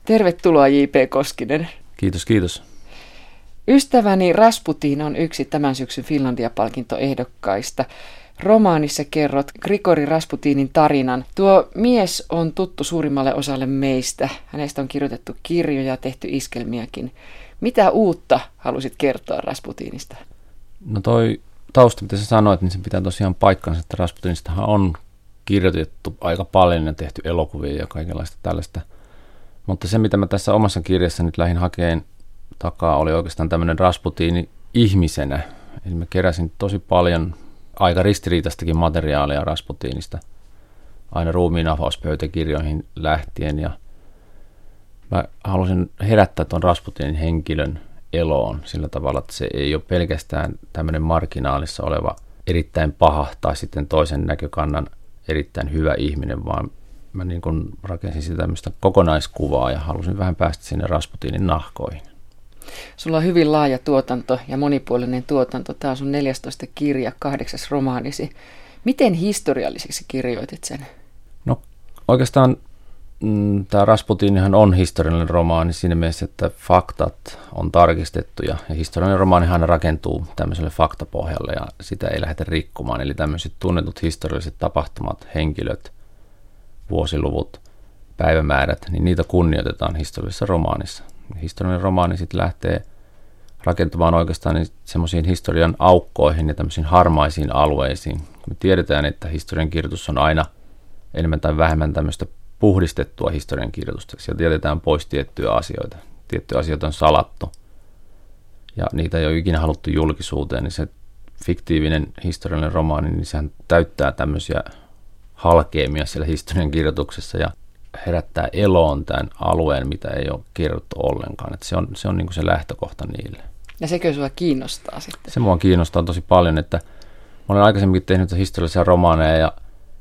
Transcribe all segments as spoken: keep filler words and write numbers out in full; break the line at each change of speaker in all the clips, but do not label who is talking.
Tervetuloa J P Koskinen.
Kiitos, kiitos.
Ystäväni Rasputin on yksi tämän syksyn Finlandia-palkintoehdokkaista. Romaanissa kerrot Grigori Rasputinin tarinan. Tuo mies on tuttu suurimmalle osalle meistä. Hänestä on kirjoitettu kirjoja ja tehty iskelmiäkin. Mitä uutta halusit kertoa Rasputinista?
No toi tausta, mitä sä sanoit, niin se pitää tosiaan paikkansa, että Rasputinistahan on kirjoitettu aika paljon ja tehty elokuvia ja kaikenlaista tällaista. Mutta se, mitä mä tässä omassa kirjassa nyt lähdin hakeen takaa, oli oikeastaan tämmöinen Rasputini ihmisenä. Eli mä keräsin tosi paljon aika ristiriitaistakin materiaalia Rasputinista, aina ruumiinavauspöytäkirjoihin lähtien. Ja mä halusin herättää tuon Rasputinin henkilön eloon sillä tavalla, että se ei ole pelkästään tämmöinen marginaalissa oleva erittäin paha tai sitten toisen näkökannan erittäin hyvä ihminen, vaan mä niin kuin rakensin sitä tämmöistä kokonaiskuvaa ja halusin vähän päästä sinne Rasputinin nahkoihin.
Sulla on hyvin laaja tuotanto ja monipuolinen tuotanto. Tämä on sun neljästoista kirja, kahdeksas romaanisi. Miten historialliseksi kirjoitit sen?
No oikeastaan mm, tämä Rasputinihan on historiallinen romaani siinä mielessä, että faktat on tarkistettu ja, ja historiallinen romaanihan rakentuu tämmöiselle faktapohjalle ja sitä ei lähdetä rikkomaan. Eli tämmöiset tunnetut historialliset tapahtumat, henkilöt, vuosiluvut, päivämäärät, niin niitä kunnioitetaan historiallisessa romaanissa. Historiallinen romaani sitten lähtee rakentamaan oikeastaan niin semmoisiin historian aukkoihin ja tämmöisiin harmaisiin alueisiin. Me tiedetään, että historian kirjoitus on aina enemmän tai vähemmän tämmöistä puhdistettua historian kirjoitusta. Sieltä jätetään pois tiettyjä asioita. Tiettyjä asioita on salattu ja niitä ei ole ikinä haluttu julkisuuteen. Niin se fiktiivinen historiallinen romaani, niin sehän täyttää tämmöisiä halkeamia siellä historian kirjoituksessa ja herättää eloon tämän alueen, mitä ei ole kirjoitettu ollenkaan. Että se on, se on niin kuin se lähtökohta niille.
Ja sekö sinua kiinnostaa sitten?
Se mua kiinnostaa tosi paljon, että mä olen aikaisemmin tehnyt historiallisia romaaneja ja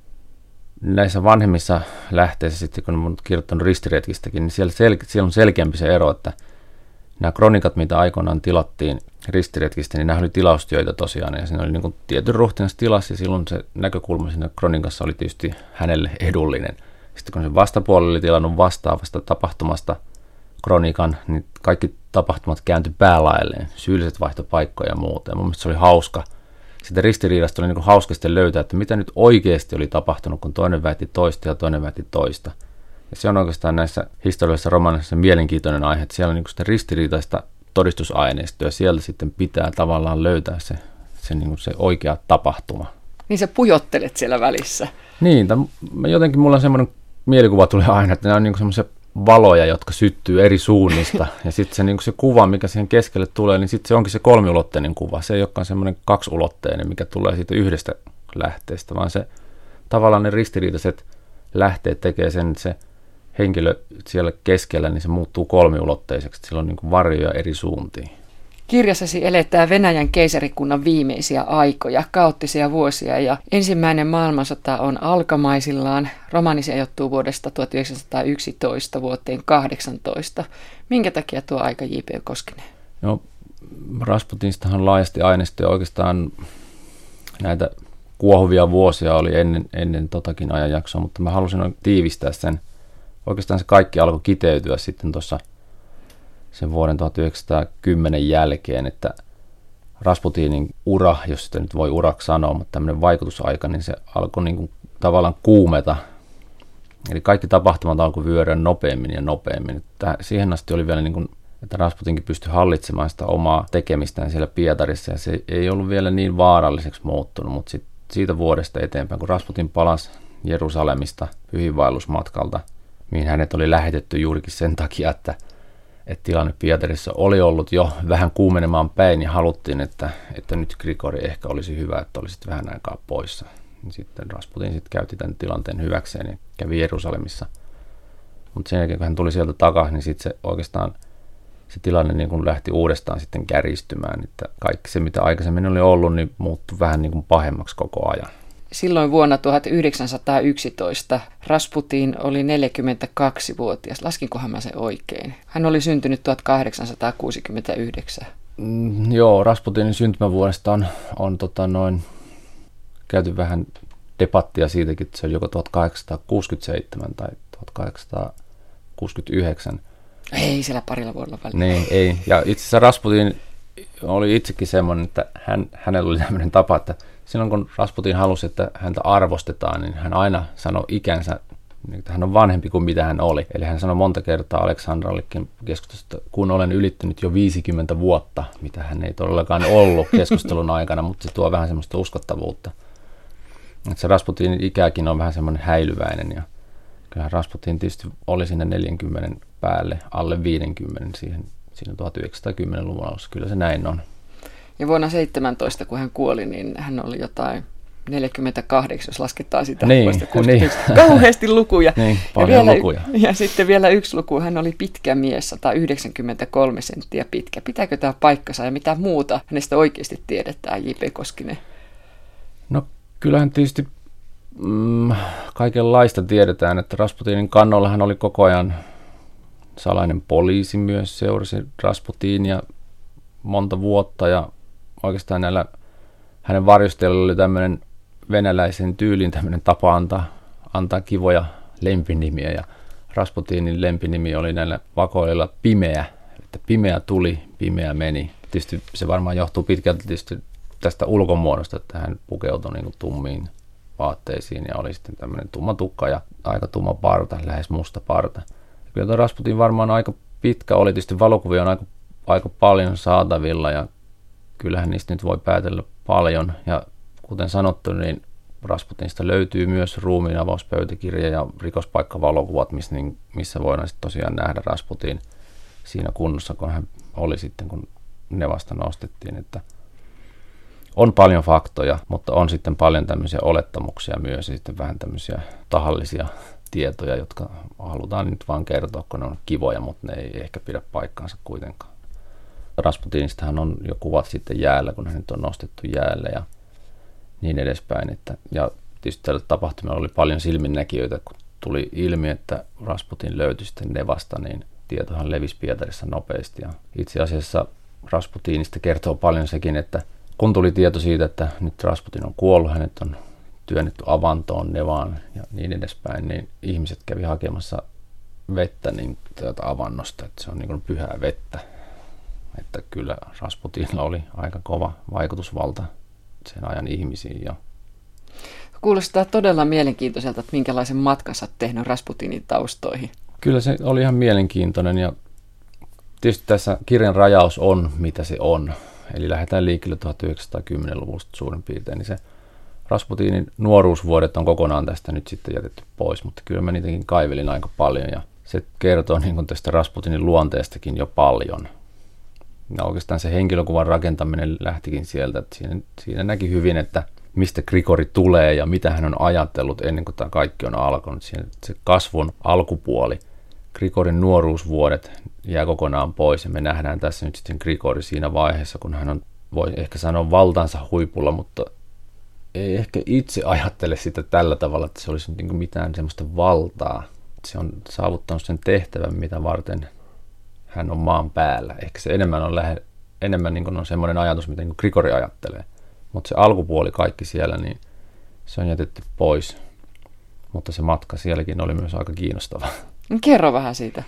näissä vanhemmissa lähteissä sitten, kun olen kirjoittanut ristiretkistäkin, niin siellä, sel- siellä on selkeämpi se ero, että nämä kronikat, mitä aikoinaan tilattiin ristiretkistä, niin nämä oli tilaustyöitä tosiaan, ja siinä oli niin kuin tietyn ruhtinas tilas, ja silloin se näkökulma siinä kronikassa oli tietysti hänelle edullinen. Sitten kun se vastapuolella oli tilannut vastaavasta tapahtumasta kronikan, niin kaikki tapahtumat kääntyi päälailleen, syylliset vaihtoi paikkoja ja muuta, ja mun mielestä se oli hauska. Sitä ristiriidasta oli niin kuin hauska sitten löytää, että mitä nyt oikeasti oli tapahtunut, kun toinen väitti toista ja toinen väitti toista. Ja se on oikeastaan näissä historiallisissa romaaneissa mielenkiintoinen aihe, että siellä on niin kuin sitä ristiriitaista todistusaineistoa, ja sieltä sitten pitää tavallaan löytää se, se, niin kuin se oikea tapahtuma.
Niin sä pujottelet siellä välissä.
Niin, tämän, jotenkin mulla on semmoinen mielikuva tulee aina, että nämä on niin kuin semmoisia valoja, jotka syttyy eri suunnista, ja sitten se, niin se kuva, mikä siihen keskelle tulee, niin sitten se onkin se kolmiulotteinen kuva. Se ei olekaan semmoinen kaksiulotteinen, mikä tulee siitä yhdestä lähteestä, vaan se tavallaan ne ristiriitaiset lähteet tekee sen, että se henkilö siellä keskellä, niin se muuttuu kolmiulotteiseksi, sillä on niin kuin varjoja eri suuntiin.
Kirjassasi eletään Venäjän keisarikunnan viimeisiä aikoja, kaoottisia vuosia, ja ensimmäinen maailmansota on alkamaisillaan. Romaanisi ajoittuu vuodesta tuhatyhdeksänsataayksitoista vuoteen kahdeksantoista. Minkä takia tuo aika J P Koskinen?
No, Rasputinistahan laajasti aineistoja oikeastaan näitä kuohuvia vuosia oli ennen, ennen totakin ajanjaksoa, mutta mä halusin tiivistää sen. Oikeastaan se kaikki alkoi kiteytyä sitten tuossa sen vuoden tuhatyhdeksänsataakymmenen jälkeen, että Rasputinin ura, jos sitä nyt voi uraksi sanoa, mutta tämmöinen vaikutusaika, niin se alkoi niin kuin tavallaan kuumeta. Eli kaikki tapahtumat alkoi vyöryä nopeammin ja nopeammin. Että siihen asti oli vielä niin kuin, että Rasputinkin pystyi hallitsemaan sitä omaa tekemistään siellä Pietarissa, ja se ei ollut vielä niin vaaralliseksi muuttunut, mutta sit siitä vuodesta eteenpäin, kun Rasputin palasi Jerusalemista pyhiinvaellusmatkalta, mihin hänet oli lähetetty juurikin sen takia, että että tilanne Pietarissa oli ollut jo vähän kuumenemaan päin ja haluttiin, että, että nyt Grigori ehkä olisi hyvä, että olisit vähän aikaa poissa. Sitten Rasputin sitten käytti tämän tilanteen hyväkseen ja kävi Jerusalemissa. Mutta sen jälkeen, kun hän tuli sieltä takaisin, niin sitten se oikeastaan se tilanne niin kuin lähti uudestaan sitten kärjistymään. Että kaikki se, mitä aikaisemmin oli ollut, niin muuttui vähän niin kuin pahemmaksi koko ajan.
Silloin vuonna tuhatyhdeksänsataayksitoista Rasputin oli neljäkymmentäkaksivuotias. Laskinkohan mä se oikein? Hän oli syntynyt tuhatkahdeksansataakuusikymmentäyhdeksän.
Mm, joo, Rasputinin syntymävuodesta on, on tota noin, käyty vähän debattia siitäkin, että se on joko tuhatkahdeksansataakuusikymmentäseitsemän tai tuhatkahdeksansataakuusikymmentäyhdeksän.
Ei siellä parilla vuodella väliä.
Niin, ei. Ja itse asiassa Rasputin oli itsekin semmoinen, että hän, hänellä oli tämmöinen tapa, että silloin kun Rasputin halusi, että häntä arvostetaan, niin hän aina sanoi ikänsä, että hän on vanhempi kuin mitä hän oli. Eli hän sanoi monta kertaa Aleksandrallekin keskustelussa, että kun olen ylittänyt jo viisikymmentä vuotta, mitä hän ei todellakaan ollut keskustelun aikana, mutta se tuo vähän semmoista uskottavuutta. Että se Rasputinin ikäkin on vähän semmoinen häilyväinen ja kyllähän Rasputin tietysti oli sinne neljänkymmenen päälle, alle viidenkymmenen siihen, siinä tuhatyhdeksänsataakymmenluvun alussa. Kyllä se näin on.
Ja vuonna seitsemäntoista, kun hän kuoli, niin hän oli jotain neljäkymmentäkahdeksan, jos lasketaan sitä
niin,
vuodesta kuusikymmentäyksi. Niin. Kauheasti lukuja.
Niin,
ja, vielä,
lukuja.
ja sitten vielä yksi luku. Hän oli pitkä mies, sata yhdeksänkymmentäkolme senttiä pitkä. Pitääkö tämä paikkansa ja mitä muuta hänestä oikeasti tiedetään, J P Koskinen?
No kyllähän tietysti mm, kaikenlaista tiedetään, että Rasputinin kannollahan oli koko ajan salainen poliisi myös, seurasi Rasputinia monta vuotta ja oikeastaan näillä hänen varjostajilla oli tämmöinen venäläisen tyylin tämmöinen tapa antaa, antaa kivoja lempinimiä ja Rasputinin lempinimi oli näillä vakoililla Pimeä, että pimeä tuli, pimeä meni. Tietysti se varmaan johtuu pitkälti tietysti tästä ulkomuodosta, että hän pukeutui niin kuin tummiin vaatteisiin ja oli sitten tämmöinen tumma tukka ja aika tumma parta, lähes musta parta. Ja kyllä tuo Rasputin varmaan aika pitkä oli, tietysti valokuvia on aika, aika paljon saatavilla ja kyllähän niistä nyt voi päätellä paljon ja kuten sanottu, niin Rasputinista löytyy myös ruumiin avauspöytäkirja ja rikospaikkavalokuvat, missä, niin, missä voidaan sitten tosiaan nähdä Rasputin siinä kunnossa, kun hän oli sitten, kun ne vasta nostettiin, että on paljon faktoja, mutta on sitten paljon tämmöisiä olettamuksia myös ja sitten vähän tämmöisiä tahallisia tietoja, jotka halutaan nyt vaan kertoa, kun ne on kivoja, mutta ne ei ehkä pidä paikkaansa kuitenkaan. Rasputinistahan on jo kuvat sitten jäällä, kun hänet on nostettu jäälle ja niin edespäin. Että, ja tietysti tällä tapahtumalla oli paljon silminnäkijöitä, kun tuli ilmi, että Rasputin löytyi sitten Nevasta, niin tietohan levisi Pietarissa nopeasti. Ja itse asiassa Rasputinista kertoo paljon sekin, että kun tuli tieto siitä, että nyt Rasputin on kuollut, hänet on työnnetty avantoon, Nevaan ja niin edespäin, niin ihmiset kävi hakemassa vettä niin täältä avannosta, että se on niin kuin pyhää vettä. Että kyllä Rasputinilla oli aika kova vaikutusvalta sen ajan ihmisiin. Ja
kuulostaa todella mielenkiintoiselta, että minkälaisen matkan sä oot tehnyt Rasputinin taustoihin.
Kyllä se oli ihan mielenkiintoinen ja tietysti tässä kirjan rajaus on, mitä se on. Eli lähdetään liikkeelle tuhatyhdeksänsataakymmenluvusta suurin piirtein, niin se Rasputinin nuoruusvuodet on kokonaan tästä nyt sitten jätetty pois, mutta kyllä mä niitäkin kaivelin aika paljon ja se kertoo niin kuin tästä Rasputinin luonteestakin jo paljon. Ja oikeastaan se henkilökuvan rakentaminen lähtikin sieltä, että siinä, siinä näki hyvin, että mistä Grigori tulee ja mitä hän on ajatellut ennen kuin tämä kaikki on alkanut. Siinä se kasvun alkupuoli, Grigorin nuoruusvuodet jää kokonaan pois ja me nähdään tässä nyt sitten Grigori siinä vaiheessa, kun hän on, voi ehkä sanoa valtansa huipulla, mutta ei ehkä itse ajattele sitä tällä tavalla, että se olisi niin kuin mitään semmoista valtaa. Se on saavuttanut sen tehtävän, mitä varten hän on maan päällä. Ehkä se enemmän on, lähe, enemmän niin kuin on semmoinen ajatus, mitä niin kuin Grigori ajattelee. Mutta se alkupuoli kaikki siellä, niin se on jätetty pois. Mutta se matka sielläkin oli myös aika kiinnostava.
Kerro vähän siitä.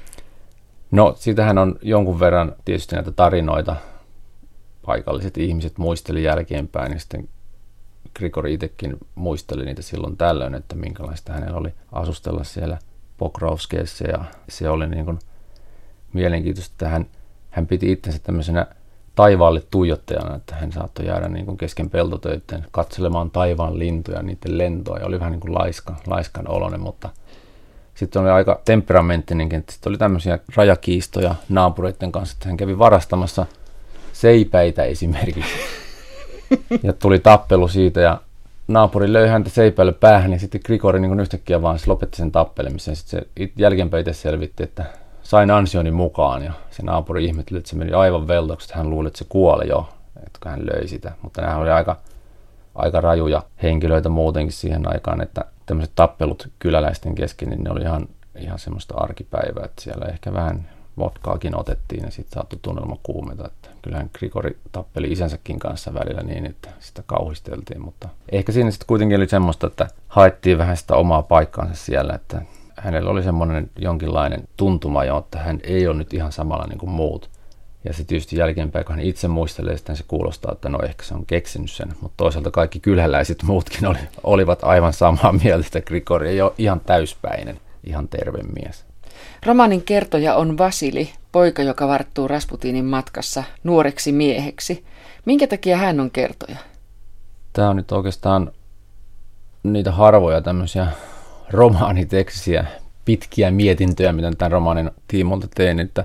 No, siitähän on jonkun verran tietysti näitä tarinoita. Paikalliset ihmiset muisteli jälkeenpäin ja sitten Grigori itsekin muisteli niitä silloin tällöin, että minkälaista hänellä oli asustella siellä Pokrovskeessa ja se oli niin kuin mielenkiintoista, että hän, hän piti itsensä tämmöisenä taivaalle tuijottajana, että hän saattoi jäädä niin kuin kesken peltotöiden katselemaan taivaan lintuja ja niiden lentoa ja oli vähän niin kuin laiska, laiskan oloinen, mutta sitten oli aika temperamenttinenkin, että sitten oli tämmöisiä rajakiistoja naapureiden kanssa, että hän kävi varastamassa seipäitä esimerkiksi ja tuli tappelu siitä ja naapuri löi häntä seipäille päähän ja sitten Grigori niin kuin yhtäkkiä vaan lopetti sen tappelemisen ja sitten se jälkeenpäin itse selvitti, että sain ansioni mukaan ja se naapuri ihmetteli, että se meni aivan veltoksi, että hän luuli, että se kuoli jo, että hän löi sitä. Mutta nämä oli aika, aika rajuja henkilöitä muutenkin siihen aikaan, että tämmöiset tappelut kyläläisten kesken, niin ne oli ihan, ihan semmoista arkipäivää, että siellä ehkä vähän vodkaakin otettiin ja sitten saattoi tunnelma kuumeta. Että kyllähän Grigori tappeli isänsäkin kanssa välillä niin, että sitä kauhisteltiin, mutta ehkä siinä sitten kuitenkin oli semmoista, että haettiin vähän sitä omaa paikkaansa siellä, että hänellä oli semmoinen jonkinlainen tuntuma jo, että hän ei ole nyt ihan samalla niin kuin muut. Ja se tietysti jälkeenpäin, kun hän itse muistelee, sitten se kuulostaa, että no ehkä se on keksinyt sen. Mutta toisaalta kaikki kylhäläiset muutkin oli, olivat aivan samaa mieltä, että Grigori ei ole ihan täyspäinen, ihan terve mies.
Romaanin kertoja on Vasili, poika, joka varttuu Rasputinin matkassa nuoreksi mieheksi. Minkä takia hän on kertoja?
Tämä on nyt oikeastaan niitä harvoja tämmöisiä romaanitekstisiä, pitkiä mietintöjä, mitä tämän romaanin tiimolta tein. Että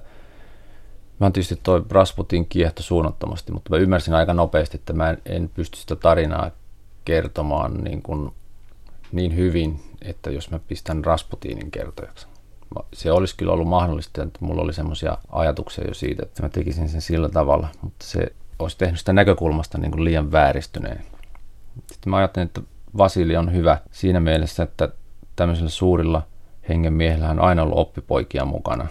mä tietysti toi Rasputin kiehto suunnattomasti, mutta mä ymmärsin aika nopeasti, että mä en, en pysty sitä tarinaa kertomaan niin, kuin, niin hyvin, että jos mä pistän Rasputinin kertojaksi. Se olisi kyllä ollut mahdollista, että mulla oli semmoisia ajatuksia jo siitä, että mä tekisin sen sillä tavalla, mutta se olisi tehnyt sitä näkökulmasta niin kuin liian vääristyneen. Sitten mä ajattelin, että Vasili on hyvä siinä mielessä, että tämmöisellä suurilla hengenmiehillä on aina ollut oppipoikia mukana.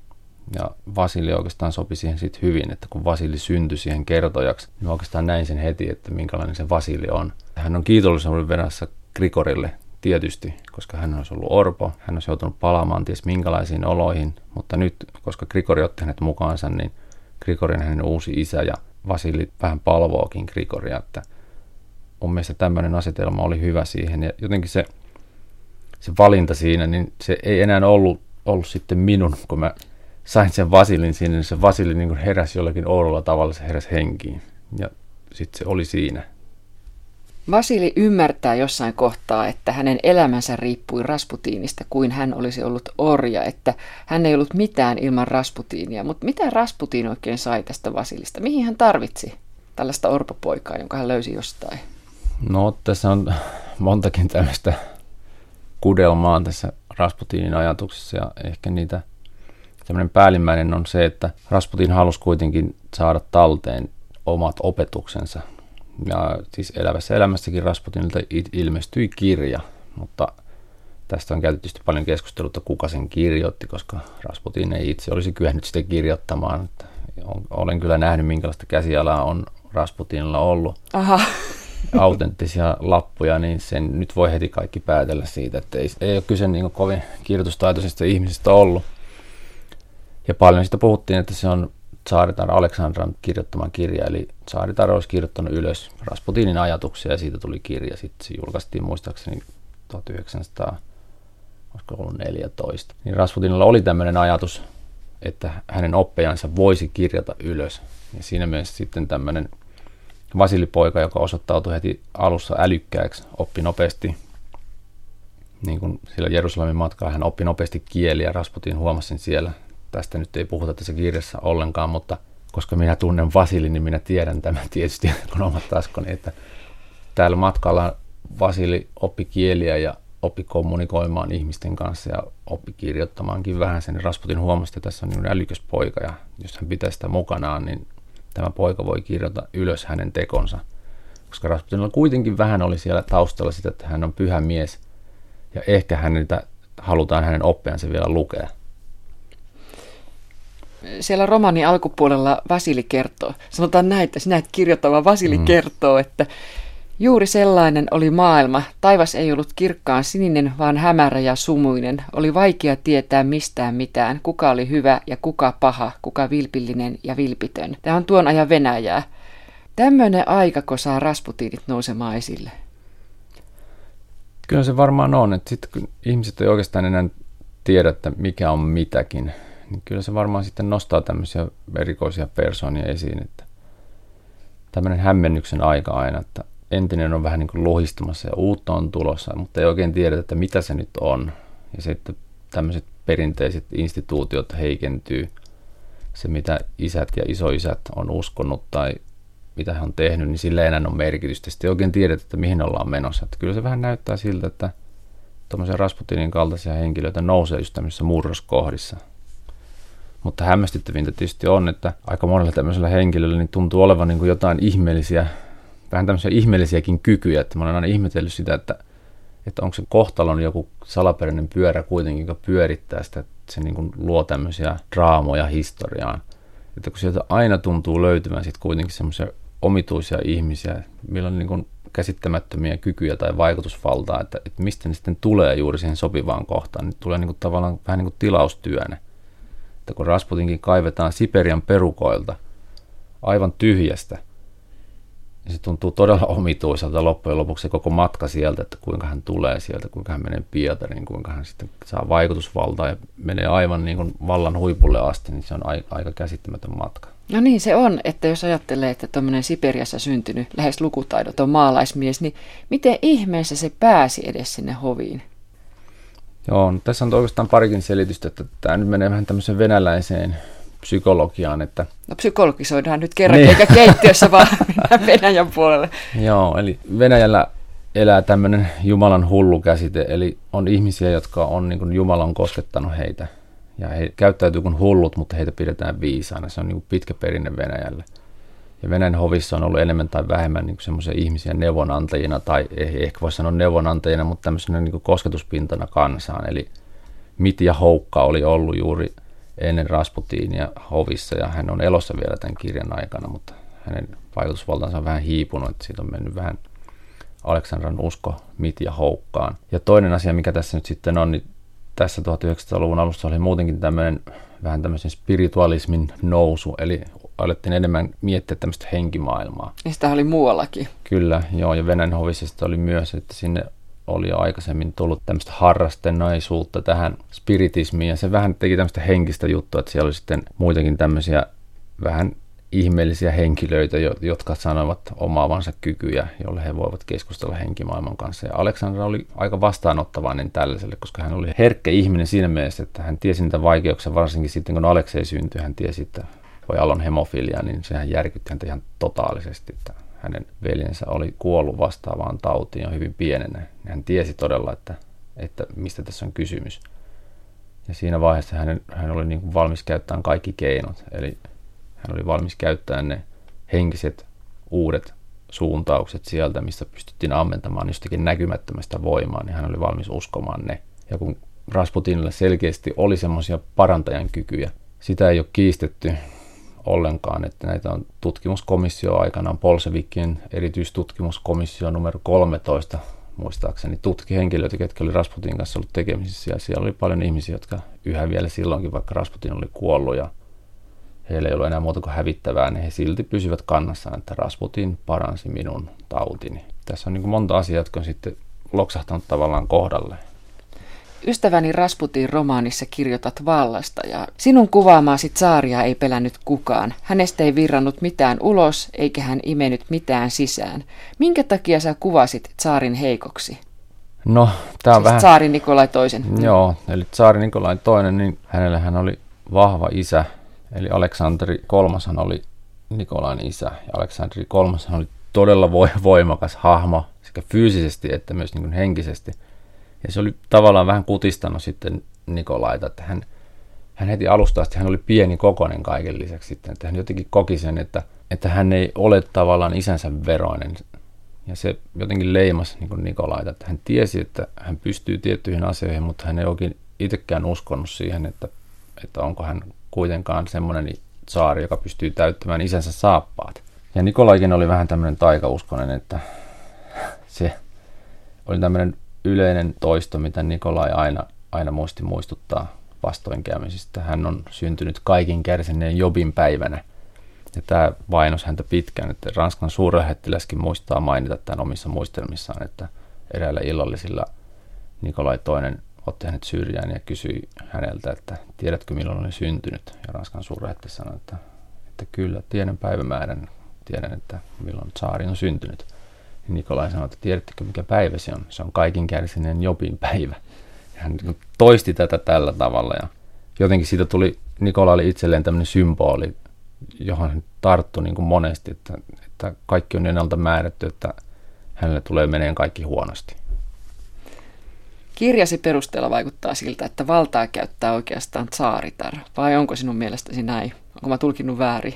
Ja Vasili oikeastaan sopi siihen sitten hyvin, että kun Vasili syntyi siihen kertojaksi, niin mä oikeastaan näin sen heti, että minkälainen se Vasili on. Hän on kiitollisuuden venässä Grigorille tietysti, koska hän olisi ollut orpo, hän olisi joutunut palaamaan ties minkälaisiin oloihin, mutta nyt, koska Grigori otti hänet mukaansa, niin Grigori on hänen uusi isä ja Vasili vähän palvookin Grigoria, että mun mielestä tämmöinen asetelma oli hyvä siihen ja jotenkin se, se valinta siinä, niin se ei enää ollut, ollut sitten minun, kun mä sain sen Vasilin sinne, niin se Vasili niin kuin heräsi jollakin oudolla tavalla, se heräsi henkiin ja sitten se oli siinä.
Vasili ymmärtää jossain kohtaa, että hänen elämänsä riippui Rasputinista kuin hän olisi ollut orja, että hän ei ollut mitään ilman Rasputinia. Mutta mitä Rasputin oikein sai tästä Vasilista? Mihin hän tarvitsi tällaista orpopoikaa, jonka hän löysi jostain?
No tässä on montakin tämmöistä kudelmaa tässä Rasputinin ajatuksessa ja ehkä niitä tämmöinen päällimmäinen on se, että Rasputin halusi kuitenkin saada talteen omat opetuksensa. Ja siis elävässä elämässäkin Rasputinilta ilmestyi kirja, mutta tästä on käyty tietysti paljon keskustelua, kuka sen kirjoitti, koska Rasputin ei itse olisi kyennyt sitä kirjoittamaan. Että olen kyllä nähnyt, minkälaista käsialaa on Rasputinilla ollut.
Aha.
Autenttisia lappuja, niin sen nyt voi heti kaikki päätellä siitä, että ei, ei ole kyse niin kovin kirjoitustaitoisesta ihmisestä ollut. Ja paljon siitä puhuttiin, että se on Tsaaritar Aleksandran kirjoittama kirja, eli Tsaaritar olisi kirjoittanut ylös Rasputinin ajatuksia ja siitä tuli kirja. Sitten se julkaistiin muistaakseni tuhatyhdeksänsataaneljätoista. Niin Rasputinilla oli tämmöinen ajatus, että hänen oppejansa voisi kirjata ylös. Ja siinä mielessä sitten tämmöinen Vasilipoika, joka osoittautui heti alussa älykkääksi, oppi nopeasti. Niin kuin sillä Jerusalemin matkalla hän oppi nopeasti kieliä, Rasputin huomasi sen siellä. Tästä nyt ei puhuta tässä kirjassa ollenkaan, mutta koska minä tunnen Vasilin, niin minä tiedän tämän tietysti, kun omat taskoni, että täällä matkalla Vasili oppi kieliä ja oppi kommunikoimaan ihmisten kanssa ja oppi kirjoittamaankin vähän sen. Rasputin huomasi, että tässä on niin älykäs poika ja jos hän pitää sitä mukanaan, niin tämä poika voi kirjoittaa ylös hänen tekonsa. Koska Rasputinilla kuitenkin vähän oli siellä taustalla sitä, että hän on pyhä mies ja ehkä häneltä halutaan hänen oppeansa vielä lukea.
Siellä romaanin alkupuolella Vasili kertoo, sanotaan näin, että sinä et kirjoittava Vasili mm. kertoo, että juuri sellainen oli maailma. Taivas ei ollut kirkkaan sininen, vaan hämärä ja sumuinen. Oli vaikea tietää mistään mitään, kuka oli hyvä ja kuka paha, kuka vilpillinen ja vilpitön. Tämä on tuon ajan Venäjää. Tämmöinen aikako saa Rasputinit nousemaan esille.
Kyllä se varmaan on, että sitten kun ihmiset ei oikeastaan enää tiedä, että mikä on mitäkin, niin kyllä se varmaan sitten nostaa tämmöisiä erikoisia persoonia esiin, että tämmöinen hämmennyksen aika aina, että entinen on vähän niin kuin luhistumassa ja uutta on tulossa, mutta ei oikein tiedetä, että mitä se nyt on. Ja sitten tämmöiset perinteiset instituutiot heikentyy. Se, mitä isät ja isoisät on uskonut tai mitä he on tehnyt, niin sillä ei enää ole merkitystä. Sitten ei oikein tiedetä, että mihin ollaan menossa. Että kyllä se vähän näyttää siltä, että tuommoisia Rasputinin kaltaisia henkilöitä nousee just tämmöisissä murroskohdissa. Mutta hämmästyttävintä tietysti on, että aika monella tämmöisellä henkilöllä niin tuntuu olevan niin kuin jotain ihmeellisiä, vähän tämmöisiä ihmeellisiäkin kykyjä. Että mä olen aina ihmetellyt sitä, että, että onko se kohtalon joku salaperäinen pyörä kuitenkin, joka pyörittää sitä, että se niin kuin luo tämmöisiä draamoja historiaan. Että kun sieltä aina tuntuu löytymään sitten kuitenkin semmoisia omituisia ihmisiä, millä on niin kuin käsittämättömiä kykyjä tai vaikutusvaltaa, että, että mistä ne sitten tulee juuri siihen sopivaan kohtaan. Niin tulee niin kuin tavallaan vähän niin kuin tilaustyönä. Että kun Rasputinkin kaivetaan Siperian perukoilta aivan tyhjästä, niin se tuntuu todella omituiselta loppujen lopuksi se koko matka sieltä, että kuinka hän tulee sieltä, kuinka hän menee Pietariin, kuinka hän sitten saa vaikutusvaltaa ja menee aivan niin kuin vallan huipulle asti, niin se on aika, aika käsittämätön matka.
No niin se on, että jos ajattelee, että tuommoinen Siperiassa syntynyt lähes lukutaidoton maalaismies, niin miten ihmeessä se pääsi edes sinne hoviin?
Joo, no tässä on oikeastaan parikin selitystä, että tämä nyt menee vähän tämmöiseen venäläiseen psykologiaan. Että
no psykologisoidaan nyt kerran, niin. Eikä keittiössä vaan Venäjän puolelle.
Joo, eli Venäjällä elää tämmöinen Jumalan hullu käsite, eli on ihmisiä, jotka on niin kuin Jumala on koskettanut heitä. Ja he käyttäytyy kuin hullut, mutta heitä pidetään viisaana. Se on niin kuin pitkä perinne Venäjällä. Ja Venäjän hovissa on ollut enemmän tai vähemmän niin kuin semmoisia ihmisiä neuvonantajina, tai ei ehkä voi sanoa neuvonantajina, mutta tämmöisenä niin kuin kosketuspintana kansaan. Eli Mitja Houkka oli ollut juuri ennen Rasputinia hovissa, ja hän on elossa vielä tämän kirjan aikana, mutta hänen vaikutusvaltansa on vähän hiipunut, että siitä on mennyt vähän Aleksandran usko Mitja Houkkaan. Ja toinen asia, mikä tässä nyt sitten on, niin tässä tuhatyhdeksänsataaluvun alussa oli muutenkin tämmöinen vähän tämmöisen spiritualismin nousu, eli alettiin enemmän miettiä tämmöistä henkimaailmaa.
Ja sitä oli muuallakin.
Kyllä, joo, ja Venäjän hovissa oli myös, että sinne oli jo aikaisemmin tullut tämmöistä harrastenaisuutta tähän spiritismiin, ja se vähän teki tämmöistä henkistä juttua, että siellä oli sitten muitakin tämmöisiä vähän ihmeellisiä henkilöitä, jotka sanoivat omaavansa kykyjä, joille he voivat keskustella henkimaailman kanssa. Ja Aleksandra oli aika vastaanottavainen tällaiselle, koska hän oli herkkä ihminen siinä mielessä, että hän tiesi niitä vaikeuksia, varsinkin sitten kun Aleksei syntyi, hän tiesi, että voi Alon hemofilia, niin sehän järkytti häntä ihan totaalisesti, että hänen veljensä oli kuollut vastaavaan tautiin jo hyvin pienenä. Hän tiesi todella, että, että mistä tässä on kysymys. Ja siinä vaiheessa hän, hän oli niin kuin valmis käyttämään kaikki keinot, eli hän oli valmis käyttämään ne henkiset uudet suuntaukset sieltä, missä pystyttiin ammentamaan jostakin näkymättömästä voimaa, niin hän oli valmis uskomaan ne. Ja kun Rasputinilla selkeästi oli semmoisia parantajan kykyjä, sitä ei ole kiistetty ollenkaan, että näitä on tutkimuskomissio aikanaan, Bolshevikien erityistutkimuskomissio numero kolmetoista, muistaakseni, tutki henkilöitä, ketkä oli Rasputin kanssa ollut tekemisissä, ja siellä oli paljon ihmisiä, jotka yhä vielä silloinkin, vaikka Rasputin oli kuollut, ja heillä ei ollut enää muuta kuin hävittävää, niin he silti pysyvät kannassaan, että Rasputin paransi minun tautini. Tässä on niin kuin monta asiaa, jotka on sitten loksahtanut tavallaan kohdalle.
Ystäväni Rasputin romaanissa kirjoitat vallasta, ja sinun kuvaamaasi tsaaria ei pelännyt kukaan. Hänestä ei virrannut mitään ulos, eikä hän imennyt mitään sisään. Minkä takia sä kuvasit tsaarin heikoksi?
No, tää on
siis
vähän
tsaari Nikolai toisen.
Joo, eli tsaari Nikolai toinen, niin hänellä hän oli vahva isä. Eli Aleksanteri kolmashan oli Nikolain isä, ja Aleksanteri kolmashan oli todella voimakas hahmo sekä fyysisesti että myös niin kuin henkisesti. Ja se oli tavallaan vähän kutistanut sitten Nikolaita, että hän, hän heti alusta asti hän oli pieni kokoinen kaiken lisäksi sitten, että hän jotenkin koki sen, että, että hän ei ole tavallaan isänsä veroinen. Ja se jotenkin leimasi niin kuin Nikolaita, että hän tiesi, että hän pystyy tiettyihin asioihin, mutta hän ei oikein itsekään uskonut siihen, että, että onko hän kuitenkaan semmoinen tsaari, joka pystyy täyttämään isänsä saappaat. Ja Nikolaikin oli vähän tämmöinen taikauskonen, että se oli tämmöinen yleinen toisto, mitä Nikolai aina, aina muisti muistuttaa vastoinkäymisistä. Hän on syntynyt kaikin kärsineen Jobin päivänä. Ja tämä vainos häntä pitkään, että Ranskan suurlähettiläskin muistaa mainita tämän omissa muistelmissaan, että eräillä illallisilla Nikolai toinen otti hänet syrjään ja kysyi häneltä, että tiedätkö milloin olen syntynyt? Ja Ranskan suurlähettiläs sanoi, että, että kyllä, tiedän päivämäärän, tiedän, että milloin tsaari on syntynyt. Ja Nikolai sanoi, että tiedättekö mikä päivä se on? Se on kaikin kärsineen Jobin päivä. Ja hän toisti tätä tällä tavalla ja jotenkin siitä tuli Nikolaille itselleen tämmöinen symboli, johon hän tarttui niin kuin monesti, että, että kaikki on ennalta määrätty, että hänelle tulee meneen kaikki huonosti.
Kirjasi perusteella vaikuttaa siltä, että valtaa käyttää oikeastaan tsaaritar, vai onko sinun mielestäsi näin? Onko mä tulkinnut väärin?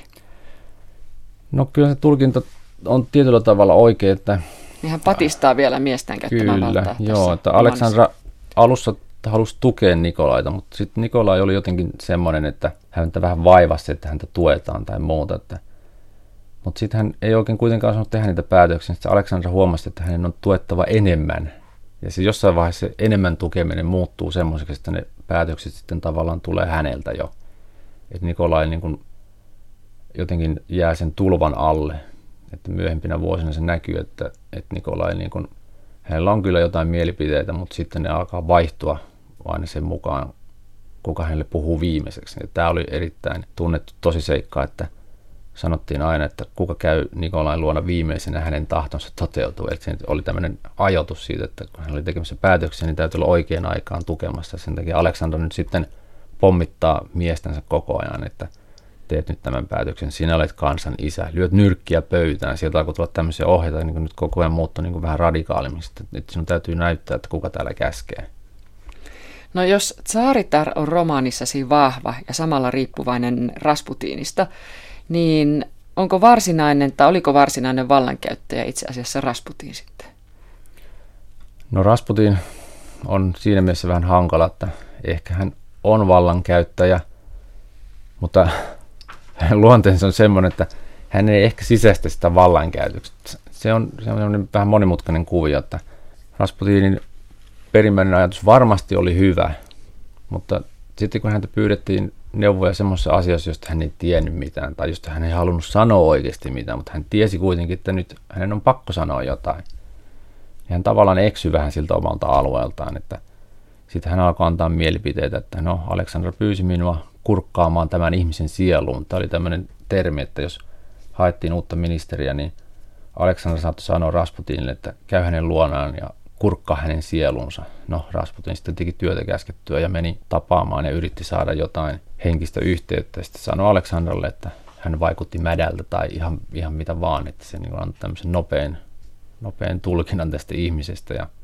No kyllä se tulkinta on tietyllä tavalla oikein, että
niin hän patistaa vielä miestään käyttämään
kyllä,
valtaa.
Kyllä, joo, että Aleksandra alussa halusi tukea Nikolaita, mutta sitten Nikolai oli jotenkin semmoinen, että häntä vähän vaivasi, että häntä tuetaan tai muuta, että Mutta sitten hän ei oikein kuitenkaan osannut tehdä niitä päätöksiä. Sitten Aleksandra huomasi, että hänen on tuettava enemmän. Ja se jossain vaiheessa se enemmän tukeminen muuttuu semmoiseksi, että ne päätökset sitten tavallaan tulee häneltä jo. Että Nikolai niin kuin jotenkin jää sen tulvan alle. Että myöhempinä vuosina se näkyy, että, että Nikolai, niin kuin, hänellä on kyllä jotain mielipiteitä, mutta sitten ne alkaa vaihtua aina sen mukaan, kuka hänelle puhuu viimeiseksi. Ja tämä oli erittäin tunnettu tosiseikka, että sanottiin aina, että kuka käy Nikolain luona viimeisenä, hänen tahtonsa toteutuu. Eli se oli tämmöinen ajoitus siitä, että kun hän oli tekemässä päätöksiä, niin täytyy olla oikeaan aikaan tukemassa. Sen takia Aleksandra nyt sitten pommittaa miestänsä koko ajan, että teet nyt tämän päätöksen, sinä olet kansan isä, lyöt nyrkkiä pöytään, sieltä alkoi tulla tämmöisiä ohjeita, niin kuin nyt koko ajan muuttui niin kuin vähän radikaalimmista, että sinun täytyy näyttää, että kuka täällä käskee.
No jos Tsaaritar on romaanissasi vahva ja samalla riippuvainen Rasputinista, niin onko varsinainen tai oliko varsinainen vallankäyttäjä itse asiassa Rasputin sitten?
No Rasputin on siinä mielessä vähän hankala, että ehkä hän on vallankäyttäjä, mutta hänen luonteensa on semmoinen, että hän ei ehkä sisäistä sitä vallankäytöstä. Se on, se on vähän monimutkainen kuvio, että Rasputinin perimmäinen ajatus varmasti oli hyvä, mutta sitten kun häntä pyydettiin neuvoja semmoisessa asiassa, josta hän ei tiennyt mitään, tai josta hän ei halunnut sanoa oikeasti mitään, mutta hän tiesi kuitenkin, että nyt hänen on pakko sanoa jotain. Ja hän tavallaan eksyi vähän siltä omalta alueeltaan, että sitten hän alkoi antaa mielipiteitä, että no, Aleksandra pyysi minua kurkkaamaan tämän ihmisen sieluun. Tämä oli tämmöinen termi, että jos haettiin uutta ministeriä, niin Aleksandra saattoi sanoa Rasputinille, että käy hänen luonaan ja kurkkaa hänen sielunsa. No, Rasputin sitten teki työtä käskettyä ja meni tapaamaan ja yritti saada jotain henkistä yhteyttä. Ja sitten sanoi Aleksandralle, että hän vaikutti mädältä tai ihan, ihan mitä vaan, että se niin antoi tämmöisen nopean, nopean tulkinnan tästä ihmisestä. Ja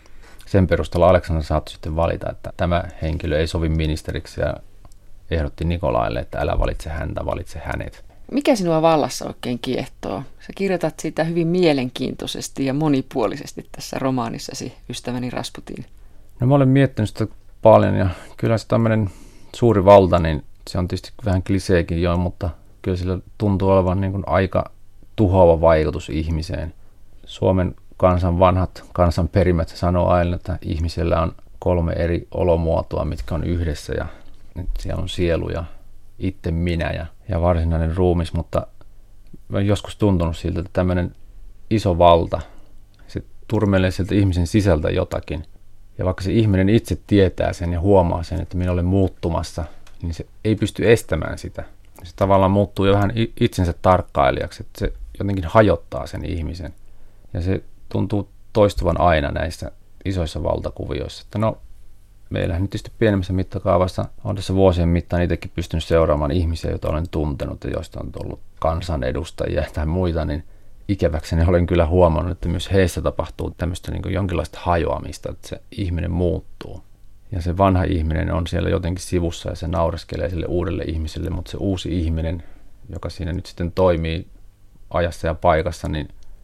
sen perusteella Aleksandra saattoi sitten valita, että tämä henkilö ei sovi ministeriksi ja ehdotti Nikolaille, että älä valitse häntä, valitse hänet.
Mikä sinua vallassa oikein kiehtoo? Sä kirjoitat siitä hyvin mielenkiintoisesti ja monipuolisesti tässä romaanissasi, Ystäväni Rasputin.
No mä olen miettinyt sitä paljon ja kyllä se tämmöinen suuri valta, niin se on tietysti vähän kliseekin jo, mutta kyllä sillä tuntuu olevan niin kuin aika tuhoava vaikutus ihmiseen. Suomen kansan vanhat kansan perimät sanoo aina, että ihmisellä on kolme eri olomuotoa, mitkä on yhdessä ja siellä on sielu ja itse minä ja, ja varsinainen ruumis, mutta olen joskus tuntunut siltä, että tämmöinen iso valta, se turmelee sieltä ihmisen sisältä jotakin. Ja vaikka se ihminen itse tietää sen ja huomaa sen, että minä olen muuttumassa, niin se ei pysty estämään sitä. Se tavallaan muuttuu jo vähän itsensä tarkkailijaksi, että se jotenkin hajottaa sen ihmisen. Ja se tuntuu toistuvan aina näissä isoissa valtakuvioissa, että no, meillähän nyt tietysti pienemmässä mittakaavassa on tässä vuosien mittaan itsekin pystynyt seuraamaan ihmisiä, joita olen tuntenut ja joista on tullut kansanedustajia tai muita, niin ikäväkseni olen kyllä huomannut, että myös heissä tapahtuu tämmöistä niin kuin jonkinlaista hajoamista, että se ihminen muuttuu. Ja se vanha ihminen on siellä jotenkin sivussa ja se naureskelee sille uudelle ihmiselle, mutta se uusi ihminen, joka siinä nyt sitten toimii ajassa ja paikassa, niin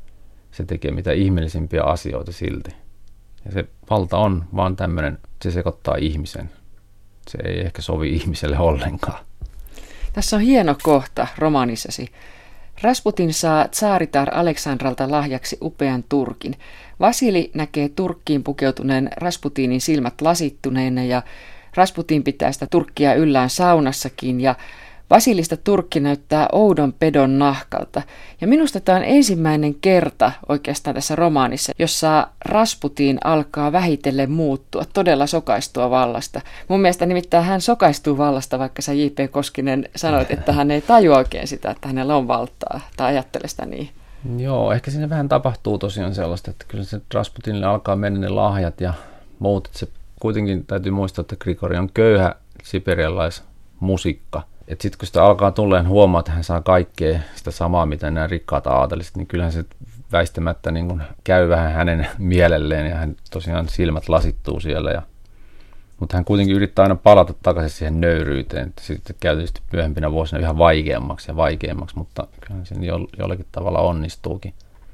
se tekee mitä ihmeellisimpiä asioita silti. Ja se valta on vaan tämmöinen, se sekoittaa ihmisen. Se ei ehkä sovi ihmiselle ollenkaan.
Tässä on hieno kohta romaanissasi. Rasputin saa Tsaaritar Aleksandralta lahjaksi upean turkin. Vasili näkee turkkiin pukeutuneen Rasputinin silmät lasittuneena ja Rasputin pitää sitä turkkia yllään saunassakin ja Vasilista turkki näyttää oudon pedon nahkalta. Ja minusta tämä on ensimmäinen kerta oikeastaan tässä romaanissa, jossa Rasputin alkaa vähitellen muuttua, todella sokaistua vallasta. Mun mielestä nimittäin hän sokaistuu vallasta, vaikka sä J P Koskinen sanoit, että hän ei tajua oikein sitä, että hänellä on valtaa, tai ajattele sitä niin.
Joo, ehkä siinä vähän tapahtuu tosiaan sellaista, että kyllä se Rasputinille alkaa mennä ne lahjat ja muut. Se kuitenkin täytyy muistaa, että Grigori on köyhä siperialaismusikka. Että sitten kun sitä alkaa tulleen huomaa, että hän saa kaikkea sitä samaa, mitä nämä rikkaat aateliset, niin kyllähän se väistämättä niin kuin käy vähän hänen mielelleen ja hän tosiaan silmät lasittuu siellä. Ja, mutta hän kuitenkin yrittää aina palata takaisin siihen nöyryyteen, että sitten käy tietysti myöhempinä vuosina yhä vaikeammaksi ja vaikeammaksi, mutta kyllähän se jollakin tavalla onnistuukin.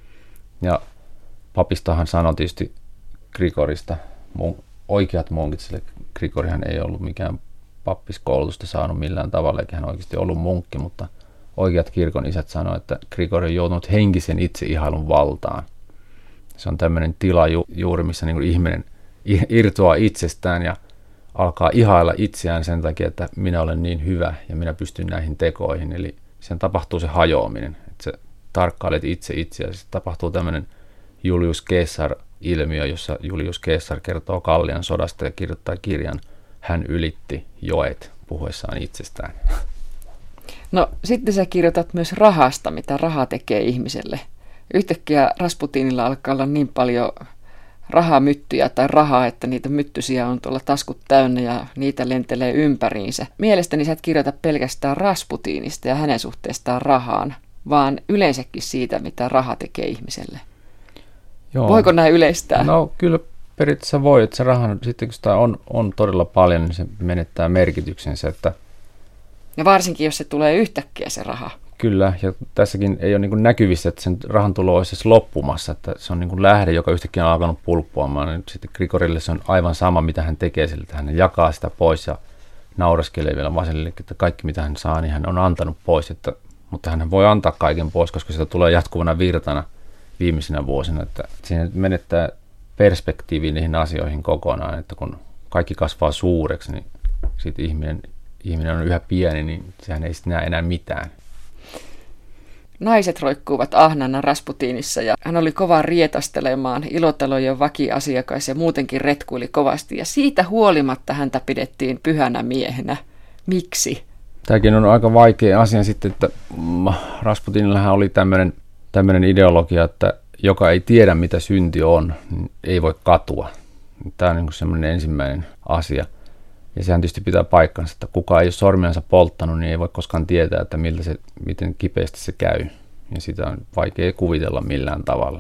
Ja papistahan sanoi tietysti Grigorista, oikeat munkit, sille Grigorihan ei ollut mikään pappiskoulutusta saanut millään tavalla, eikä hän oikeasti ollut munkki, mutta oikeat kirkon isät sanoo, että Grigori on joutunut henkisen itseihailun valtaan. Se on tämmöinen tila ju, juuri, missä niin kuin ihminen irtoaa itsestään ja alkaa ihailla itseään sen takia, että minä olen niin hyvä ja minä pystyn näihin tekoihin. Eli sen tapahtuu se hajoaminen, että sä tarkkailet itse itseäsi. Sitten tapahtuu tämmöinen Julius Caesar-ilmiö, jossa Julius Caesar kertoo Gallian sodasta ja kirjoittaa kirjan Hän ylitti joet puhuessaan itsestään.
No sitten sä kirjoitat myös rahasta, mitä raha tekee ihmiselle. Yhtäkkiä Rasputinilla alkaa olla niin paljon rahamyttyjä tai rahaa, että niitä myttysiä on tuolla taskut täynnä ja niitä lentelee ympäriinsä. Mielestäni sä et kirjoita pelkästään Rasputinista ja hänen suhteestaan rahaan, vaan yleensäkin siitä, mitä raha tekee ihmiselle. Joo. Voiko näin yleistää?
No kyllä periaatteessa voi, että se raha, sitten kun sitä on, on todella paljon, niin se menettää merkityksensä. Että
ja varsinkin, jos se tulee yhtäkkiä se raha.
Kyllä, ja tässäkin ei ole niin kuin näkyvissä, että sen rahan tulo olisi edes loppumassa, että se on niin kuin lähde, joka yhtäkkiä on alkanut pulppuamaan. Nyt sitten Grigorille se on aivan sama, mitä hän tekee sillä, että hän jakaa sitä pois ja nauraskelee vielä Vasilille, että kaikki mitä hän saa, niin hän on antanut pois, että, mutta hän voi antaa kaiken pois, koska sitä tulee jatkuvana virtana viimeisinä vuosina, että siinä menettää perspektiiviin niihin asioihin kokonaan, että kun kaikki kasvaa suureksi, niin sitten ihminen, ihminen on yhä pieni, niin sehän ei sitten näe enää mitään.
Naiset roikkuivat ahnana Rasputinissa ja hän oli kova rietastelemaan, ilotalojen vakiasiakas ja muutenkin retkuili kovasti. Ja siitä huolimatta häntä pidettiin pyhänä miehenä. Miksi?
Tämäkin on aika vaikea asia sitten, että Rasputinillahan oli tämmöinen, tämmöinen ideologia, että joka ei tiedä mitä synti on, niin ei voi katua. Tämä on niin kuin semmoinen ensimmäinen asia. Ja sehän tietysti pitää paikkansa, että kuka ei ole sormiansa polttanut, niin ei voi koskaan tietää, että miltä se, miten kipeästi se käy. Ja sitä on vaikea kuvitella millään tavalla.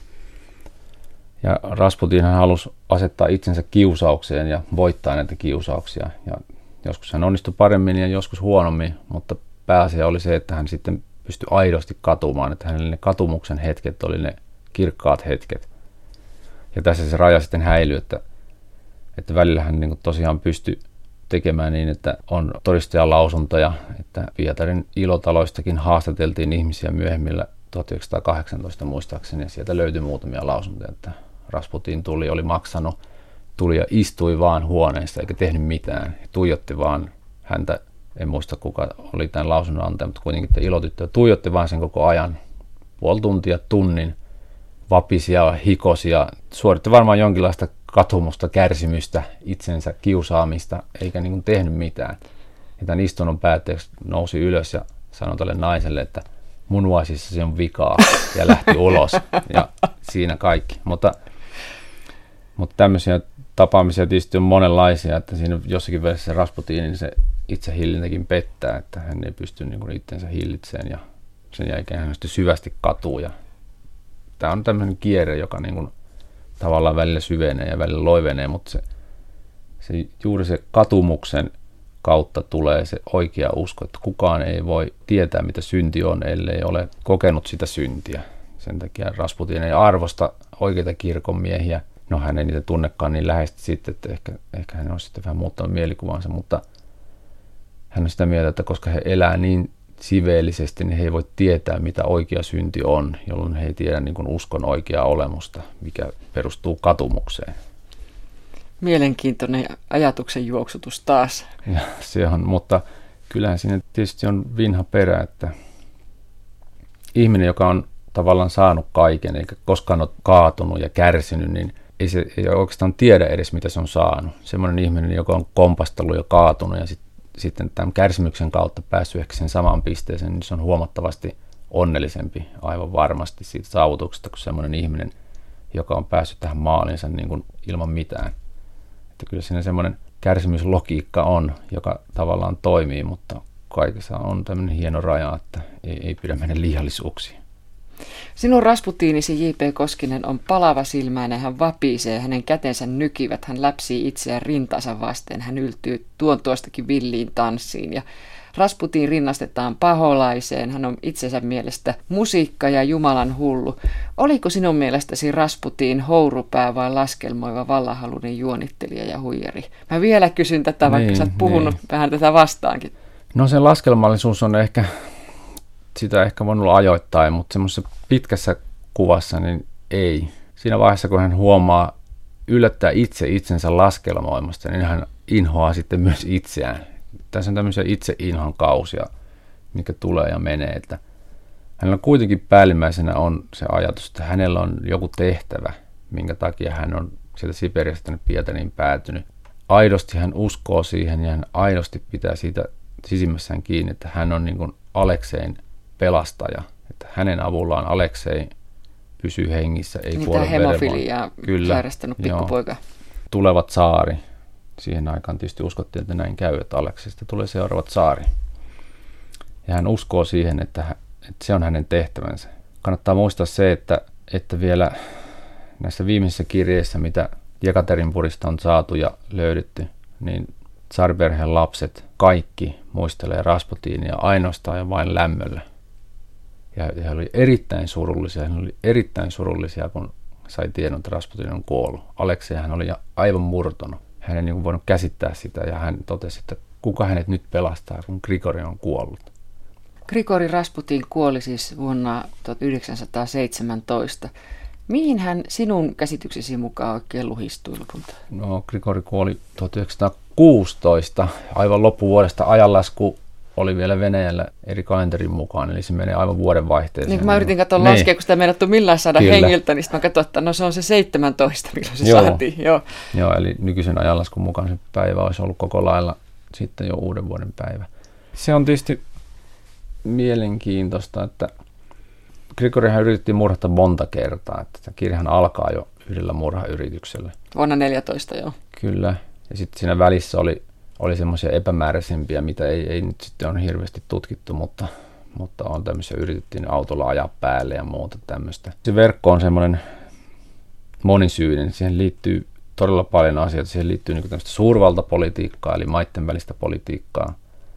Ja Rasputin halusi asettaa itsensä kiusaukseen ja voittaa näitä kiusauksia. Ja joskus hän onnistui paremmin ja joskus huonommin, mutta pääasia oli se, että hän sitten pystyi aidosti katumaan. Että hänelle ne katumuksen hetket oli ne kirkkaat hetket. Ja tässä se raja sitten häilyi, että Että välillä hän niin tosiaan pystyi tekemään niin, että on todistajalausuntoja, että Pietarin ilotaloistakin haastateltiin ihmisiä myöhemmillä tuhatyhdeksänsataakahdeksantoista muistaakseni, ja sieltä löytyi muutamia lausuntoja, että Rasputin tuli, oli maksanut, tuli ja istui vaan huoneessa eikä tehnyt mitään. He tuijotti vaan häntä, en muista kuka oli tämän lausunnon antaja, mutta kuitenkin tämä ilotyttö tuijotti vaan sen koko ajan, puoli tuntia, tunnin, vapisi ja hikosi ja suoritti varmaan jonkinlaista katumusta, kärsimystä, itsensä kiusaamista, eikä niin kuin tehnyt mitään. Ja tämän istunnon päätteeksi nousi ylös ja sanoi tälle naiselle, että munuaisissa se on vikaa, ja lähti ulos. Ja siinä kaikki. Mutta, mutta tämmöisiä tapaamisia tietysti on monenlaisia, että siinä jossakin välissä Rasputinin se itsehillintäkin pettää, että hän ei pysty niin kuin itsensä hillitsemään, ja sen jälkeen hän sitten syvästi katuu. Ja tämä on tämmöinen kierre, joka niin kuin tavallaan välillä syvenee ja välillä loivenee, mutta se, se, juuri se katumuksen kautta tulee se oikea usko, että kukaan ei voi tietää, mitä synti on, ellei ole kokenut sitä syntiä. Sen takia Rasputin ei arvosta oikeita kirkonmiehiä. No hän ei niitä tunnekaan niin läheisesti sitten, että ehkä, ehkä hän on sitten vähän muuttanut mielikuvansa, mutta hän on sitä mieltä, että koska he elää niin siveellisesti, niin he ei voi tietää, mitä oikea synti on, jolloin he ei tiedä niin kuin uskon oikeaa olemusta, mikä perustuu katumukseen.
Mielenkiintoinen ajatuksen juoksutus taas.
Ja, se on, mutta kyllähän siinä tietysti on vinha perä, että ihminen, joka on tavallaan saanut kaiken, eikä koskaan ole kaatunut ja kärsinyt, niin ei se ei oikeastaan tiedä edes, mitä se on saanut. Semmoinen ihminen, joka on kompastellut ja kaatunut ja sit, sitten tämän kärsimyksen kautta päässyt ehkä sen samaan pisteeseen, niin se on huomattavasti onnellisempi aivan varmasti siitä saavutuksesta kuin semmoinen ihminen, joka on päässyt tähän maaliinsa niin kuin ilman mitään. Että kyllä siinä semmoinen kärsimyslogiikka on, joka tavallaan toimii, mutta kaikessa on tämmöinen hieno raja, että ei, ei pidä mennä liiallisuuksiin.
Sinun Rasputinisi J P Koskinen on palava silmäinen, hän vapisee, hänen kätensä nykivät, hän läpsii itseään rintansa vasten, hän yltyy tuon tuostakin villiin tanssiin ja Rasputin rinnastetaan paholaiseen, hän on itsensä mielestä musiikka ja Jumalan hullu. Oliko sinun mielestäsi Rasputin hourupää vai laskelmoiva vallahaluinen juonittelija ja huijari? Mä vielä kysyn tätä, vaikka niin, sä oot puhunut niin. vähän tätä vastaankin.
No se laskelmallisuus on ehkä sitä ehkä voinut olla ajoittain, mutta semmoisessa pitkässä kuvassa niin ei. Siinä vaiheessa, kun hän huomaa yllättää itse itsensä laskelmoimasta, niin hän inhoaa sitten myös itseään. Tässä on tämmöisiä itse-inhon kausia, mikä tulee ja menee. Että hänellä kuitenkin päällimmäisenä on se ajatus, että hänellä on joku tehtävä, minkä takia hän on sieltä Siperiasta tänne Pietariin päätynyt. Aidosti hän uskoo siihen ja hän aidosti pitää siitä sisimmässään kiinni, että hän on niin kuin Aleksein pelastaja. Että hänen avullaan Aleksei pysyy hengissä, ei
niin
kuole
verenoon. Hemofiliaa sairastanut pikkupoika.
Joo. Tuleva tsaari. Siihen aikaan tietysti uskottiin, että näin käy, että Alekseista tulee seuraava tsaari. Ja hän uskoo siihen, että, että se on hänen tehtävänsä. Kannattaa muistaa se, että, että vielä näissä viimeisissä kirjeissä, mitä Jekaterinburgista on saatu ja löydetty, niin tsaariperheen lapset kaikki muistelee Rasputinia ainoastaan ja vain lämmöllä. Ja he oli erittäin surullisia, he oli erittäin surullisia, kun sai tiedon, että Rasputin on kuollut. Aleksei hän oli aivan murtunut. Hän ei niin kuin voinut käsittää sitä ja hän totesi, että kuka hänet nyt pelastaa, kun Grigori on kuollut.
Grigori Rasputin kuoli siis vuonna tuhatyhdeksänsataaseitsemäntoista. Mihin hän sinun käsityksesi mukaan oikein luhistui lopulta?
No, Grigori kuoli tuhatyhdeksänsataakuusitoista. Aivan loppuvuodesta ajanlasku oli vielä Venäjällä eri kalenterin mukaan, eli se menee aivan vuoden vaihteeseen.
Niin kun mä yritin katsoa laskea, kun sitä ei meinattu millään saada Kyllä. hengiltä, niin sitten mä katsoin, että no se on se seitsemäntoista, milloin se Joo. saatiin. Joo.
Joo, eli nykyisen ajanlaskun mukaan se päivä olisi ollut koko lailla sitten jo uuden vuoden päivä. Se on tietysti mielenkiintoista, että Grigorihan yritettiin murhata monta kertaa, että tämä kirjahan alkaa jo yhdellä murhayrityksellä.
Vuonna neljätoista, joo.
Kyllä, ja sitten siinä välissä oli, oli semmoisia epämääräisempiä, mitä ei, ei nyt sitten ole hirveästi tutkittu, mutta, mutta on tämmöisiä, yritettiin autolla ajaa päälle ja muuta tämmöistä. Se verkko on semmoinen monisyinen, siihen liittyy todella paljon asioita, siihen liittyy niin tämmöistä suurvaltapolitiikkaa, eli maiden välistä politiikkaa.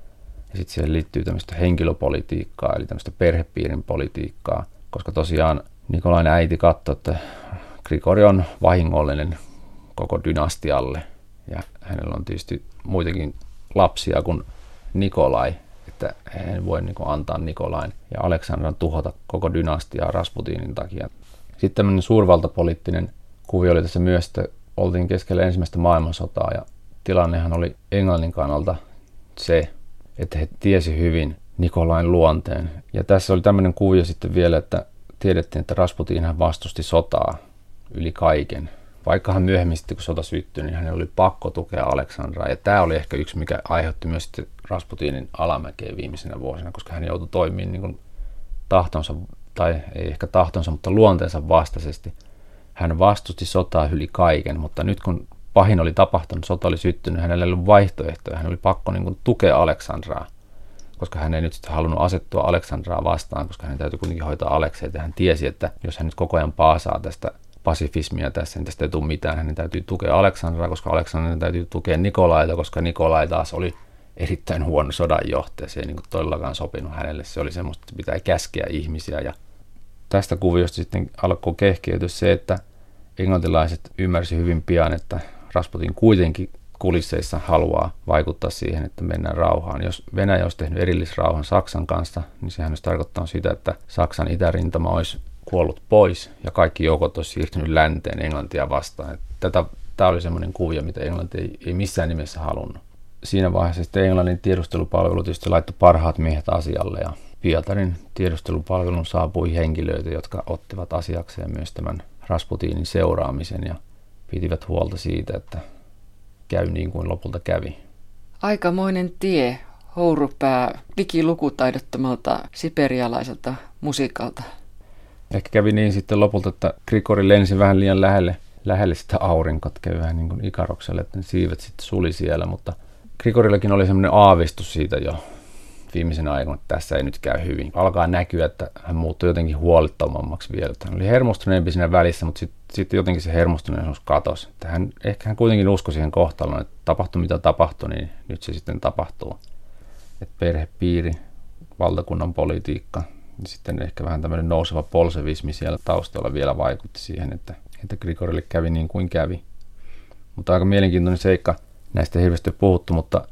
Ja sitten siihen liittyy tämmöistä henkilöpolitiikkaa, eli tämmöistä perhepiirin politiikkaa, koska tosiaan Nikolain äiti katsoi, että Grigori on vahingollinen koko dynastialle. Ja hänellä on tietysti muitakin lapsia kuin Nikolai, että hän voi niin kuin antaa Nikolain ja Aleksandran tuhota koko dynastiaa Rasputinin takia. Sitten tämmöinen suurvaltapoliittinen kuvio oli tässä myös, että oltiin keskellä ensimmäistä maailmansotaa ja tilannehan oli Englannin kannalta se, että he tiesi hyvin Nikolain luonteen. Ja tässä oli tämmöinen kuvio sitten vielä, että tiedettiin, että Rasputin hän vastusti sotaa yli kaiken. Vaikka hän myöhemmin sitten, kun sota syttyi, niin hänellä oli pakko tukea Aleksandraa. Ja tämä oli ehkä yksi, mikä aiheutti myös sitten Rasputinin alamäkeen viimeisenä vuosina, koska hän joutui toimimaan niin kuin tahtonsa, tai ei ehkä tahtonsa, mutta luonteensa vastaisesti. Hän vastusti sotaa yli kaiken, mutta nyt kun pahin oli tapahtunut, sota oli syttynyt, hänellä ei ollut vaihtoehtoja, hän oli pakko niin kuin tukea Aleksandraa, koska hän ei nyt sitten halunnut asettua Aleksandraa vastaan, koska hän täytyy kuitenkin hoitaa Alekseita. Hän tiesi, että jos hän nyt koko ajan paasaa tästä pasifismia tässä, niin tästä ei tule mitään. Hänen täytyy tukea Aleksandraa, koska Aleksandrin täytyy tukea Nikolaita, koska Nikolai taas oli erittäin huono sodanjohtaja. Se ei niin kuin todellakaan sopinut hänelle. Se oli semmoista, että pitää käskeä ihmisiä. Ja tästä kuviosta sitten alkoi kehkeytyä se, että englantilaiset ymmärsi hyvin pian, että Rasputin kuitenkin kulisseissa haluaa vaikuttaa siihen, että mennään rauhaan. Jos Venäjä olisi tehnyt erillisrauhan Saksan kanssa, niin sehän olisi tarkoittanut sitä, että Saksan itärintama olisi kuollut pois ja kaikki joukot olisi siirtynyt länteen Englantia vastaan. Tätä, tämä oli semmoinen kuvio, mitä Englanti ei, ei missään nimessä halunnut. Siinä vaiheessa sitten Englannin tiedustelupalvelu tietysti laittoi parhaat miehet asialle ja Pietarin tiedustelupalvelun saapui henkilöitä, jotka ottivat asiakseen myös tämän Rasputinin seuraamisen ja pitivät huolta siitä, että käy niin kuin lopulta kävi.
Aikamoinen tie, hourupää, digilukutaidottomalta siperialaiselta musiikalta.
Ehkä kävi niin sitten lopulta, että Grigori lensi vähän liian lähelle, lähelle sitä aurinkoa, kävi vähän niin kuin Ikarokselle, että ne siivet sitten suli siellä, mutta Grigorillakin oli semmoinen aavistus siitä jo viimeisen aikana, että tässä ei nyt käy hyvin. Alkaa näkyä, että hän muuttui jotenkin huolittomammaksi vielä. Hän oli hermostuneempi siinä välissä, mutta sitten sit jotenkin se hermostuneisuus katosi. Että hän, ehkä hän kuitenkin uskoi siihen kohtaloon, että tapahtui mitä tapahtui, niin nyt se sitten tapahtuu. Että perhepiiri, valtakunnan politiikka, ja sitten ehkä vähän tämmöinen nouseva bolsevismi siellä taustalla vielä vaikutti siihen, että, että Grigorille kävi niin kuin kävi. Mutta aika mielenkiintoinen seikka, näistä ei hirveästi puhuttu, mutta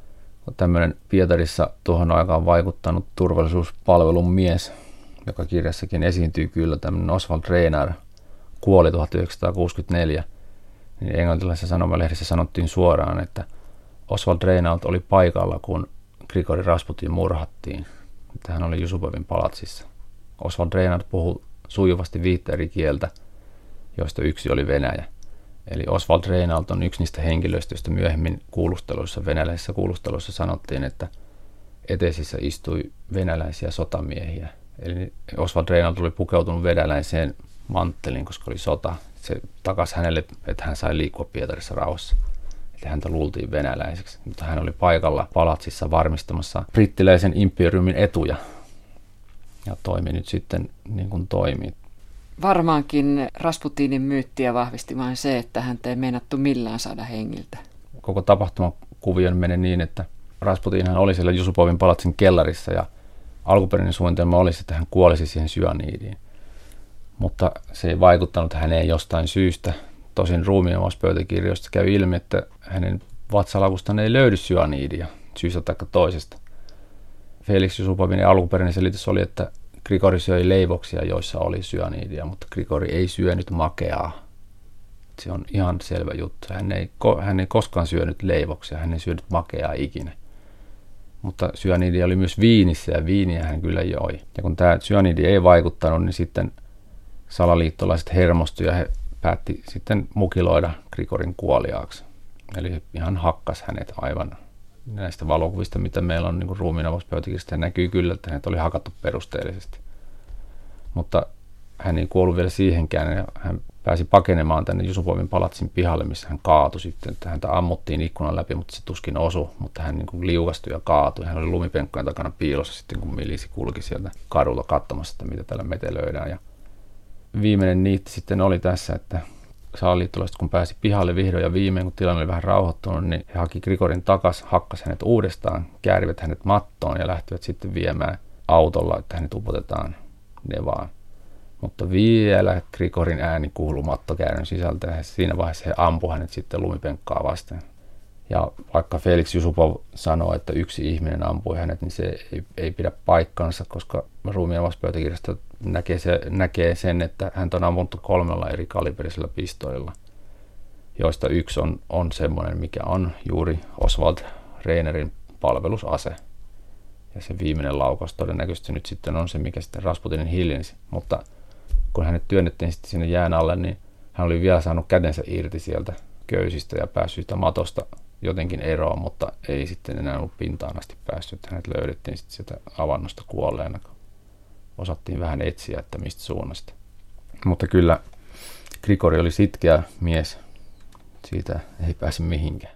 tämmöinen Pietarissa tuohon aikaan vaikuttanut turvallisuuspalvelun mies, joka kirjassakin esiintyy kyllä, tämmöinen Oswald Reinhard, kuoli tuhatyhdeksänsataakuusikymmentäneljä. Niin englantilaisessa sanomalehdessä sanottiin suoraan, että Oswald Reinhard oli paikalla, kun Grigori Rasputin murhattiin. Hän oli Jusupovin palatsissa. Oswald Reinhard puhui sujuvasti viittä eri kieltä, joista yksi oli venäjä. Eli Oswald Reinhard on yksi niistä henkilöistä, joista myöhemmin kuulusteluissa, venäläisissä kuulusteluissa sanottiin, että eteisissä istui venäläisiä sotamiehiä. Eli Oswald Reinhard oli pukeutunut venäläiseen mantteliin, koska oli sota. Se takasi hänelle, että hän sai liikkua Pietarissa rauhassa. Eli häntä luultiin venäläiseksi, mutta hän oli paikalla palatsissa varmistamassa brittiläisen imperiumin etuja. Ja toimi nyt sitten niin kuin toimii.
Varmaankin Rasputinin myyttiä vahvisti vain se, että häntä ei meinattu millään saada hengiltä.
Koko tapahtumakuvio meni niin, että Rasputinhan oli siellä Jusupovin palatsin kellarissa ja alkuperäinen suunnitelma olisi, että hän kuolisi siihen syaniidiin. Mutta se ei vaikuttanut häneen jostain syystä. Tosin ruumiinavauspöytäkirjoista käy ilmi, että hänen vatsalaukustaan ei löydy syaniidia syystä tai toisesta. Felix Jusupovin alkuperäinen selitys oli, että Grigori söi leivoksia, joissa oli syaniidia, mutta Grigori ei syönyt makeaa. Se on ihan selvä juttu. Hän ei, hän ei koskaan syönyt leivoksia, hän ei syönyt makeaa ikinä. Mutta syaniidia oli myös viinissä ja viiniä hän kyllä joi. Ja kun tämä syaniidi ei vaikuttanut, niin sitten salaliittolaiset hermostuivat ja he päätti sitten mukiloida Grigorin kuoliaaksi. Eli ihan hakkas hänet aivan. Näistä valokuvista, mitä meillä on niin ruumiinavauspöytäkirjasta, näkyy kyllä, että hänet oli hakattu perusteellisesti. Mutta hän ei kuollut vielä siihenkään, ja hän pääsi pakenemaan tänne Jusupovin palatsin pihalle, missä hän kaatui sitten. Että häntä ammuttiin ikkunan läpi, mutta se tuskin osui, mutta hän niin kuin liukastui ja kaatui. Hän oli lumipenkkojen takana piilossa sitten, kun milisi kulki sieltä kadulla katsomassa, että mitä täällä metelöidään. Ja viimeinen niitti sitten oli tässä, että salaliittolaiset kun pääsi pihalle vihdoin ja viimein, kun tilanne oli vähän rauhoittunut, niin he haki Grigorin takas, hakkas hänet uudestaan, käärivät hänet mattoon ja lähtivät sitten viemään autolla, että hänet upotetaan Nevaan. Mutta vielä Grigorin ääni kuului mattokäärin sisältä ja siinä vaiheessa he ampuivat hänet sitten lumipenkkaa vasten. Ja vaikka Felix Jusupov sanoi, että yksi ihminen ampui hänet, niin se ei, ei pidä paikkansa, koska ruumiinavauspöytäkirjasta näkee, se, näkee sen, että häntä on ammuttu kolmella eri kaliberisella pistoilla, joista yksi on, on semmoinen, mikä on juuri Oswald Reinhardin palvelusase. Ja se viimeinen laukaus todennäköisesti nyt sitten on se, mikä sitten Rasputinin hiljensi. Mutta kun hänet työnnettiin sitten sinne jään alle, niin hän oli vielä saanut kätensä irti sieltä köysistä ja päässyt sitä matosta jotenkin eroon, mutta ei sitten enää ollut pintaan asti päässyt. Hänet löydettiin sitten sieltä avannosta kuolleena, kun osattiin vähän etsiä, että mistä suunnasta. Mutta kyllä Grigori oli sitkeä mies, siitä ei pääse mihinkään.